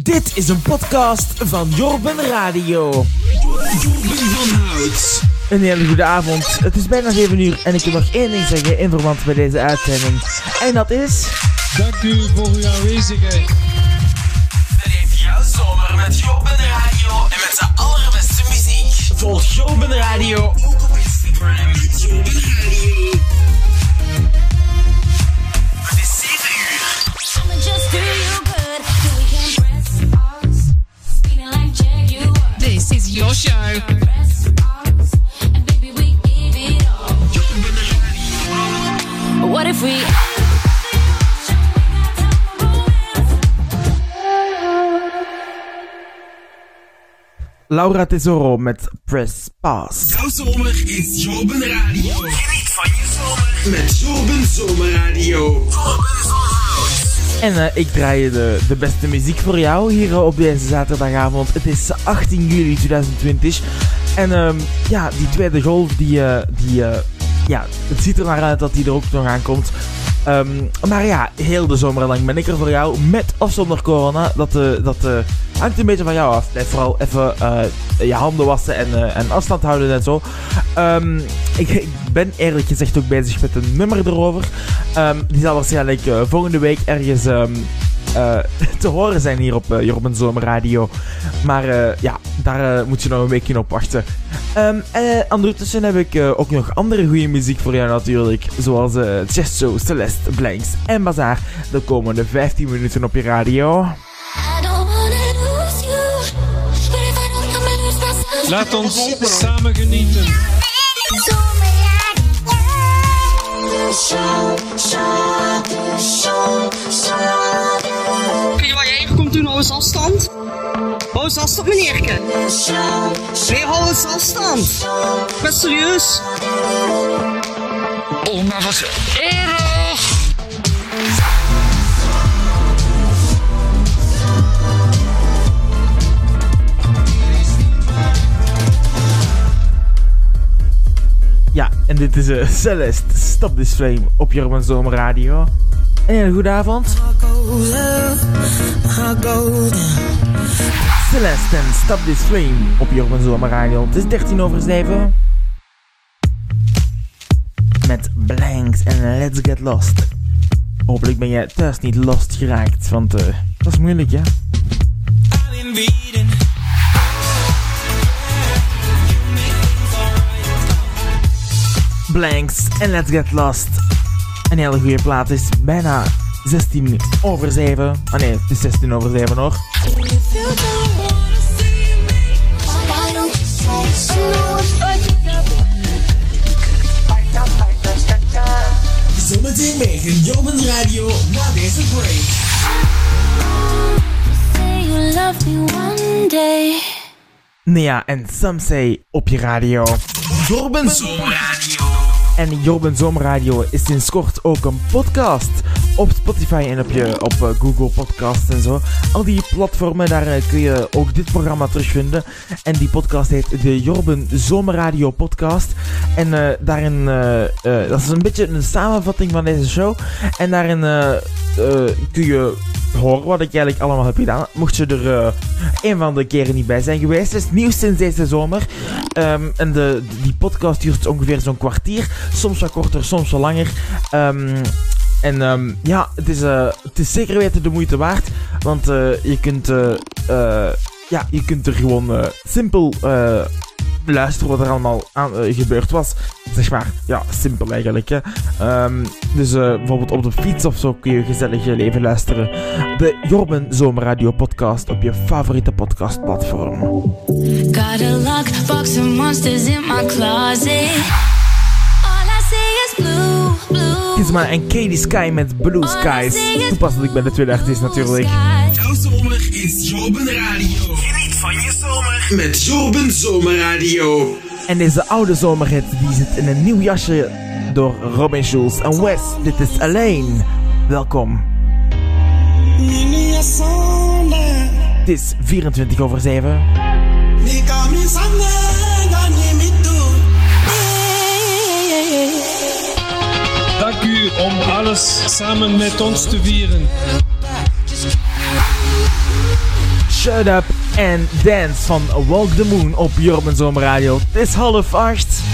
Dit is een podcast van Jorben Radio. Jorben van Hout. Een hele goede avond. Het is bijna 7 uur en ik wil nog één ding zeggen in verband met deze uitzending. En dat is... Dank u voor uw aanwezigheid. Beleef jouw zomer met Jorben Radio en met de allerbeste muziek. Volg Jorben Radio ook op Instagram met Jorben Radio. Het is 7 uur. This is your show. What if we... Laura Tesoro met Press Pass. Jouw zomer is Jorben Radio. Geniet van je zomer met Jorben Zomerradio. Jorben van Hout. En ik draai de beste muziek voor jou hier op deze zaterdagavond. Het is 18 juli 2020. En ja, die tweede golf, ja, het ziet er naar uit dat die er ook nog aankomt. Maar ja, heel de zomer lang ben ik er voor jou. Met of zonder corona. Dat hangt een beetje van jou af. Blijf vooral even je handen wassen en afstand houden en zo. Ik ben eerlijk gezegd ook bezig met een nummer erover. Die zal waarschijnlijk volgende week ergens te horen zijn hier op Jorben Zomerradio. Maar ja, daar moet je nog een weekje op wachten. Ondertussen heb ik ook nog andere goede muziek voor jou natuurlijk. Zoals Chesto, Celeste, Blanks en Bazaar. De komende 15 minuten op je radio. Laat ons samen genieten. Weet je wat jij even komt doen? Hou eens afstand. Hou eens afstand, meneerke. Nee, hou eens afstand. Ik ben serieus. Oh, maar wat erg! Ja, en dit is Celeste, Stop This Flame op Jorben Zomerradio. Een hele goede avond. Celeste en Stop This Flame op Jorben Zomerradio. Het is 7:13. Met Blanks en Let's Get Lost. Hopelijk ben jij thuis niet lost geraakt, want dat is moeilijk, hè? Blanks en Let's Get Lost. Een hele goede plaat. Het is bijna 7:16. Ah nee, het is 7:16 hoor. Zometeen mee Jorben Radio na deze break. Say you love me one day. Nia en Some Say op je radio. Jorben Zomerradio. En Jorben Zomerradio is sinds kort ook een podcast. Op Spotify en op Google Podcasts en zo. Al die platformen, daar kun je ook dit programma terugvinden. En die podcast heet de Jorben Zomerradio podcast. En daarin, dat is een beetje een samenvatting van deze show. En daarin kun je horen wat ik eigenlijk allemaal heb gedaan. Mocht je er een van de keren niet bij zijn geweest. Het is nieuw sinds deze zomer. En die podcast duurt ongeveer zo'n kwartier. Soms wat korter, soms wat langer. En ja, het is zeker weten de moeite waard. Want je kunt er gewoon simpel luisteren wat er allemaal gebeurd was. Zeg maar, ja, simpel eigenlijk. Hè. Dus bijvoorbeeld op de fiets of zo kun je gezellig je leven luisteren. De Jorben Zomerradio podcast op je favoriete podcastplatform. Got a lockbox of monsters in my closet. All I see is blue, blue. Kisma en Katie Sky met Blue Skies. Toepasselijk bij de tweede artiest natuurlijk. Jouw zomer is Jorben Radio. Geniet van je zomer met Jorben Zomerradio. En deze oude zomerhit die zit in een nieuw jasje door Robin Schulz en Wes. Dit is Alleen. Welkom. Het is 7:24. Dank u om alles samen met ons te vieren. Shut Up and Dance van Walk the Moon op Jorben Zomerradio. Het is 7:30.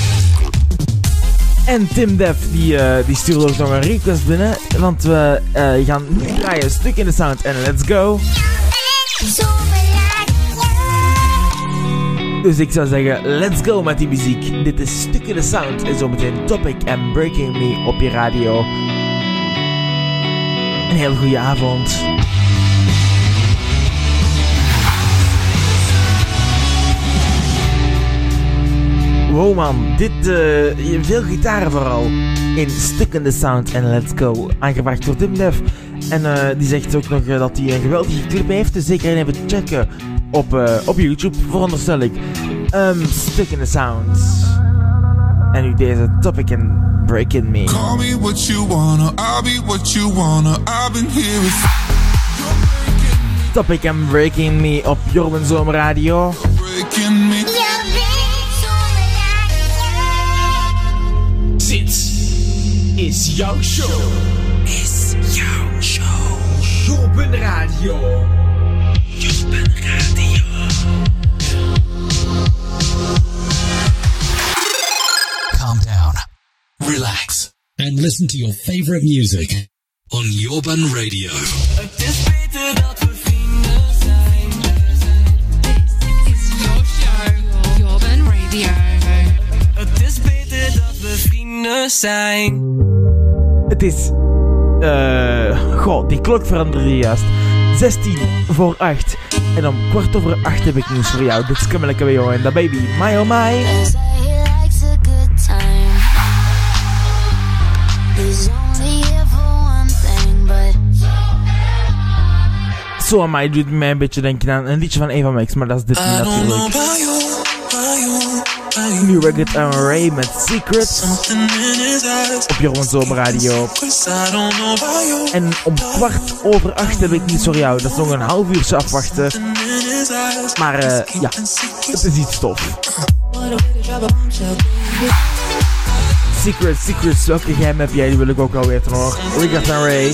En Tim Def die stuurde ook nog een request binnen. Want we gaan nu draaien een stuk in de sound en let's go. Dus ik zou zeggen, let's go met die muziek. Dit is Stuk in de Sound en zometeen Topic en Breaking Me op je radio. Een heel goede avond. Wow man, dit, veel gitaren vooral in Stuk in de Sound en let's go. Aangevraagd door Tim Def. En die zegt ook nog dat hij een geweldige clip heeft, dus zeker even checken op YouTube, veronderstel ik. Stuk in de Sound. En nu deze Topic and Breaking Me. Call me what you wanna, I'll be what you wanna, I've been here with Topic and Breaking Me op Jorben Zomerradio. breaking me. Dit is jouw show. Is jouw show. Jorben Radio. Jorben Radio. Calm down. Relax. And listen to your favorite music on Jorben Radio. Het is beter dat we vrienden zijn. This is your show, Jorben Radio. Het is beter dat we vrienden zijn. Het is... die klok veranderde juist. 7:16. En om 7:15 heb ik nieuws voor jou. Dit is Camilla Cabello en Da Baby. My oh my. So Am I doet mij een beetje denken aan een liedje van Eva Max, maar dat is dit niet natuurlijk. Nu Rugged and Ray met Secrets op Jorben Zomerradio. En om 7:15 heb ik niets voor jou. Dat is nog een half uurtje afwachten. Maar ja, het is iets tof. Secrets, welke geheim heb jij? Die wil ik ook al weten hoor. Rugged and Ray.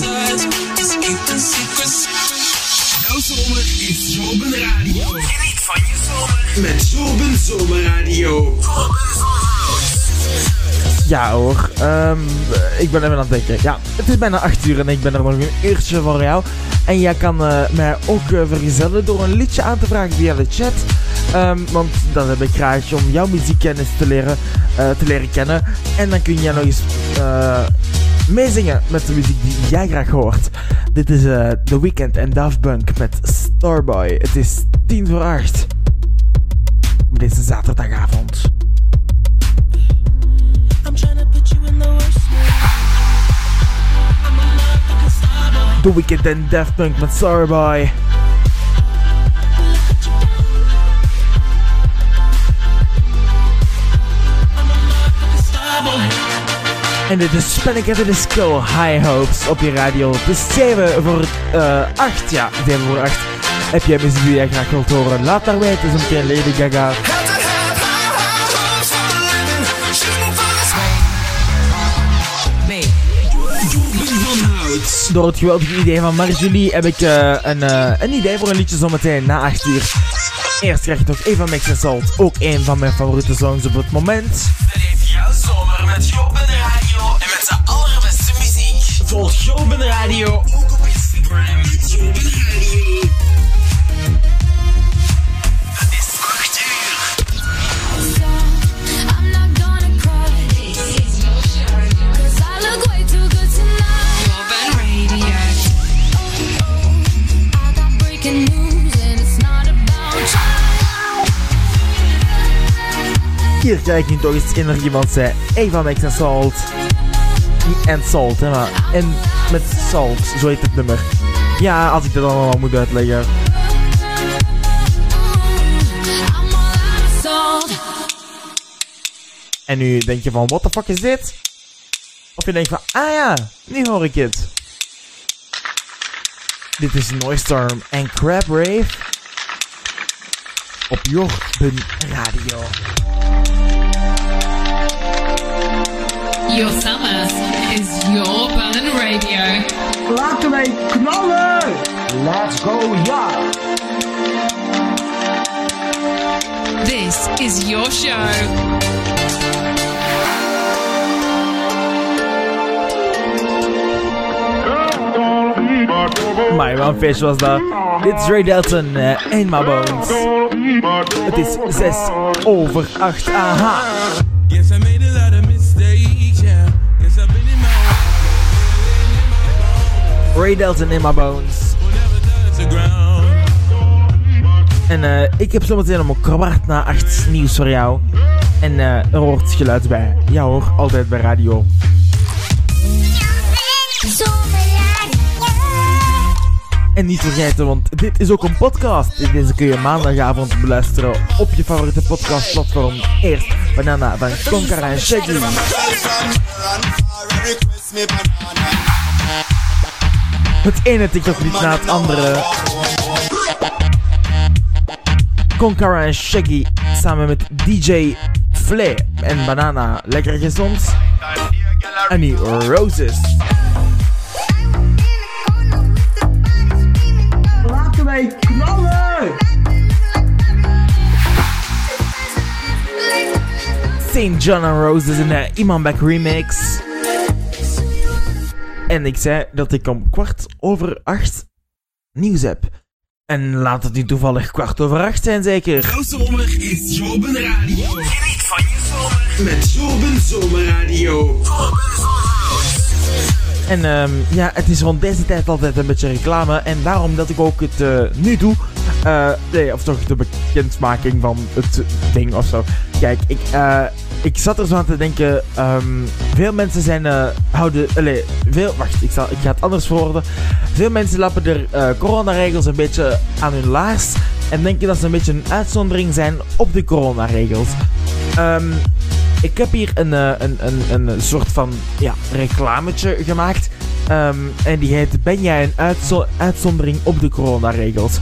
Jouw zomer is Jorben Radio. Geniet van je zomer met Jorben Zomerradio. Ja hoor, ik ben even aan het denken. Ja, het is bijna 8:00 en ik ben er nog een uurtje voor jou. En jij kan mij ook vergezellen door een liedje aan te vragen via de chat. Want dan heb ik graag om jouw muziekkennis te leren kennen. En dan kun jij nog eens meezingen met de muziek die jij graag hoort. Dit is The Weeknd en Daft Punk met Starboy. Het is 7:50 op deze zaterdagavond. The Weeknd en Daft Punk met Starboy. En dit is Panic at the Disco, High Hopes op je radio. Het is 7:08, ja, 7:08. Heb jij muziek die jij graag wilt horen? Laat daar weten, zo'n keer Lady Gaga. Door het geweldige idee van Marjolie heb ik een idee voor een liedje zometeen na 8:00. Eerst krijg je nog Eva Max en Salt, ook een van mijn favoriete songs op het moment. Beleef jouw zomer met Jorben Radio en met de allerbeste muziek. Volg Jorben Radio ook op Instagram met Jorben Radio. Het is 8:00. I'm not gonna cry. This is your show. 'Cause I look way too good tonight. Jorben Radio. I got breaking news and it's not about you. Hier krijg ik nu toch eens in dat iemand zei Eva Max en Salt. Niet en Salt, hè, maar en met Salt, zo heet het nummer. Ja, als ik dat allemaal moet uitleggen. I'm all out of salt. En nu denk je van, what the fuck is dit? Of je denkt van, ah ja, nu hoor ik het. Dit is Noisestorm en Crab Rave op Jorben Radio. Your summer is Jorben Radio. Laten wij knallen! Let's go, ja! is your show. Maar wat een feestje was dat. Dit is Ray Dalton in My Bones. Het is 6:08. Aha. Guess I made a lot of mistakes, yeah. Guess I've been in my Ray Dalton in My Bones. En ik heb zometeen om 7:15 nieuws voor jou. En er hoort geluid bij. Ja hoor, altijd bij radio. En niet vergeten, want dit is ook een podcast. Deze kun je maandagavond beluisteren op je favoriete podcastplatform. Eerst Banana van Konkara en Shaggy. Het ene TikTok-lied na het andere. Konkara en Shaggy samen met DJ Flay en Banana. Lekker gezond. En nu Roses. Laten wij knallen! St. John and Roses in de Iman Beck remix. En ik zei dat ik om 7:15 nieuws heb. En laat het nu toevallig 7:15 zijn zeker. Jouw zomer is Jorben Radio. Geniet van je zomer met Jorben Zomerradio. En ja, het is rond deze tijd altijd een beetje reclame. En daarom dat ik ook het nu doe. Nee, of toch de bekendmaking van het ding of zo. Kijk, ik zat er zo aan te denken. Veel mensen zijn wacht, ik ga het anders verwoorden. Veel mensen lappen er coronaregels een beetje aan hun laars. En denken dat ze een beetje een uitzondering zijn op de coronaregels. Ik heb hier een soort van reclametje gemaakt. En die heet: ben jij een uitzondering op de coronaregels?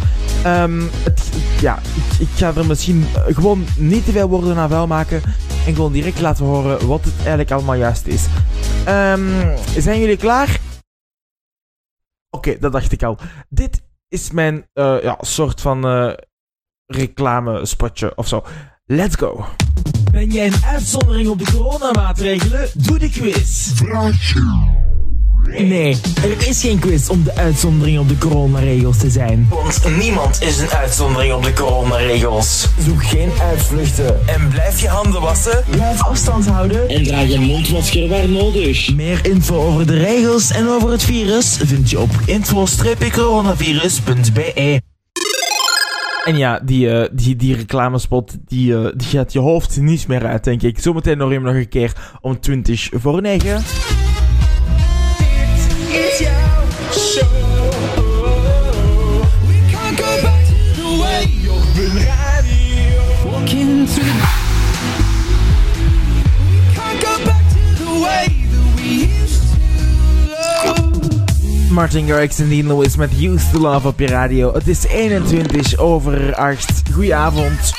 Ik ga er misschien gewoon niet te veel woorden aan vuil maken. En gewoon direct laten horen wat het eigenlijk allemaal juist is. Zijn jullie klaar? Oké, dat dacht ik al. Dit is mijn soort van reclamespotje of zo. Let's go. Ben jij een uitzondering op de coronamaatregelen? Doe de quiz. Nee, er is geen quiz om de uitzondering op de coronaregels te zijn. Want niemand is een uitzondering op de coronaregels. Zoek geen uitvluchten. En blijf je handen wassen. Blijf afstand houden. En draag een mondmasker waar nodig. Meer info over de regels en over het virus vind je op info-coronavirus.be. En ja, die reclamespot, die gaat je hoofd niet meer uit, denk ik. Zometeen nog een keer om 9:20. Dit is jouw show. We can't go back to the way Jorben Radio. Walking through. We can't go back to the way that we used to love. Martin Garrix en Dean Lewis met Used to Love op je radio. Het is 21:08. Goedenavond.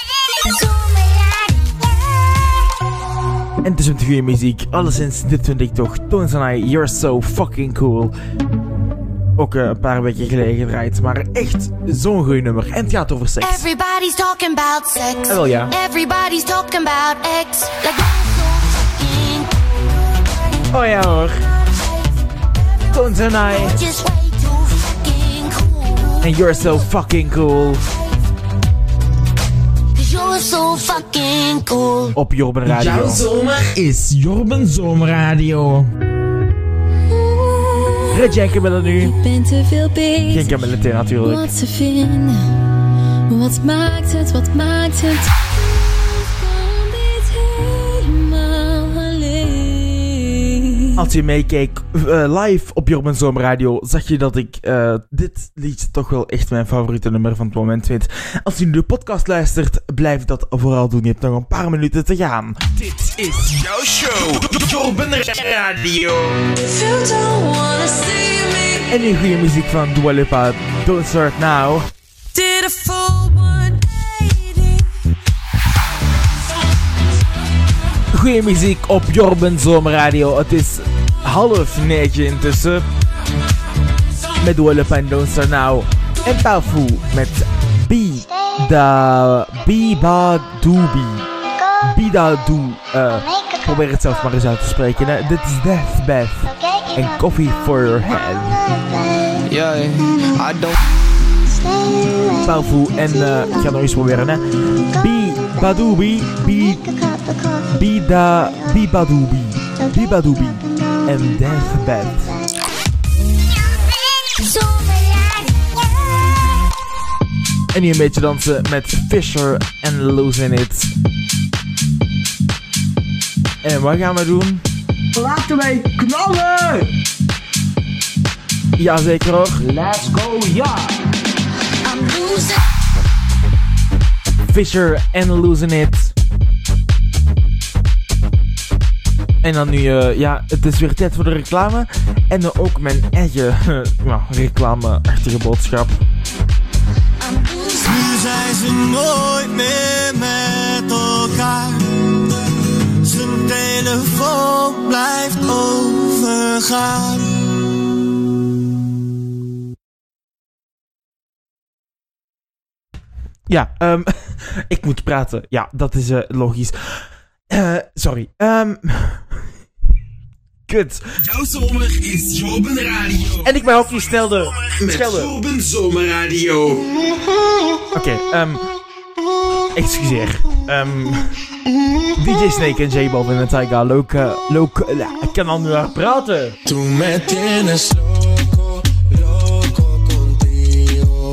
En het is met goede muziek. Alleszins, dit vind ik toch. Tones and I, You're So Fucking Cool. Ook een paar weken geleden gedraaid. Maar echt zo'n goeie nummer. En het gaat over seks. Everybody's talking about sex. Wel ja. Everybody's talking about X. Like oh ja hoor. Tones and I. just way too fucking cool. And You're So Fucking Cool. You're so fucking cool. Op Jorben Radio. Jouw zomer is Jorben Zomerradio. Red jij Camille nu? Ik ben te veel bezig. Geen Camille T natuurlijk. Wat te vinden. Wat maakt het? Wat maakt het? Ik kan dit helemaal alleen. Als je meekeek live op Jorben Zomerradio, zag je dat ik dit liedje toch wel echt mijn favoriete nummer van het moment vind. Als je nu de podcast luistert, blijf dat vooral doen. Je hebt nog een paar minuten te gaan. Dit is jouw show, Jorben Radio. En nu goede muziek van Dua Lipa, Don't Start Now. Did a full 180. Goeie muziek op Jorben Zomerradio. Het is 8:30 intussen. Met Dua Lipa en Don't Start Now. En Paufu met Biba Doobie. Bidadoo. Probeer het zelf maar eens uit te spreken. Hè. Dit is Deathbath. En Coffee for Your Head. Yeah, I don't... Palfu en ik ga nog eens proberen. Hè. Bibadoobi. Bibadoobi. En Deathbath. En nu een beetje dansen met Fisher en Losing It. En wat gaan we doen? Laten wij knallen! Jazeker hoor. Let's go, ja! Fisher en Losing It. En dan nu, ja, het is weer tijd voor de reclame. En dan ook mijn eigen reclameachtige boodschap. Nu zijn ze nooit meer met elkaar. Zijn telefoon blijft overgaan. Ja, ik moet praten. Ja, dat is logisch. Sorry. Kut. Jouw zomer is Jorben Radio. En ik ben ook niet snelde. Met Jorben Zomerradio. Oké, excuseer. DJ Snake en J Balvin en Tyga. Ik kan al nu hard praten. Toen met tienes loco contigo.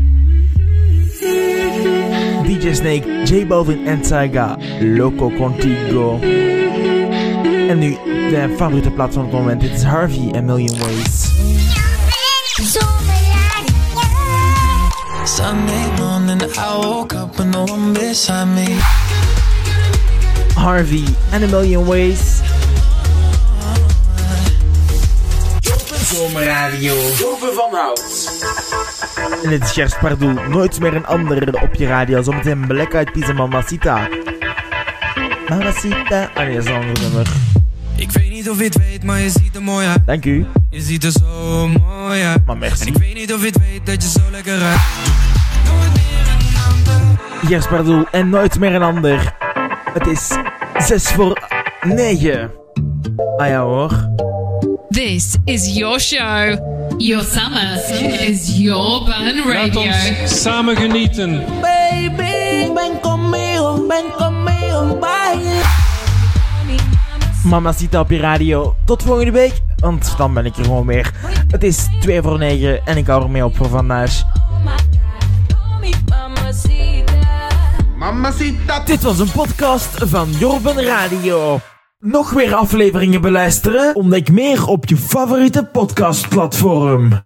DJ Snake, J Balvin en Tyga. Loco Contigo. En nu de favoriete plaats van het moment. Dit is Harvey en Million Ways. Sunday morning, I woke up and no one beside me. Harvey and a Million Ways. Zomerradio. Jorben van Hout. En dit is Gers Pardoel. Nooit meer een ander op je radio. Zometeen Black Eyed Peas en Mamacita. Mamacita. Ah nee, dat is een ander nummer. Ik weet niet of je het weet, maar je ziet er mooi uit. Dank u. Je ziet er zo mooi uit. Maar merci. En ik weet niet of je het weet dat je zo lekker ruikt. Nooit meer een ander. Gers Pardoel en nooit meer een ander. Het is 8:06. Ah ja hoor. This is your show. Your summer is Jorben Radio. Laat ons samen genieten. Baby, ven conmigo, bye. Mamacita op je radio. Tot volgende week. Want dan ben ik er gewoon weer. Het is 8:02 en ik hou ermee op voor vandaag. Mamacita. Dit was een podcast van Jorben Radio. Nog weer afleveringen beluisteren? Ontdek meer op je favoriete podcastplatform.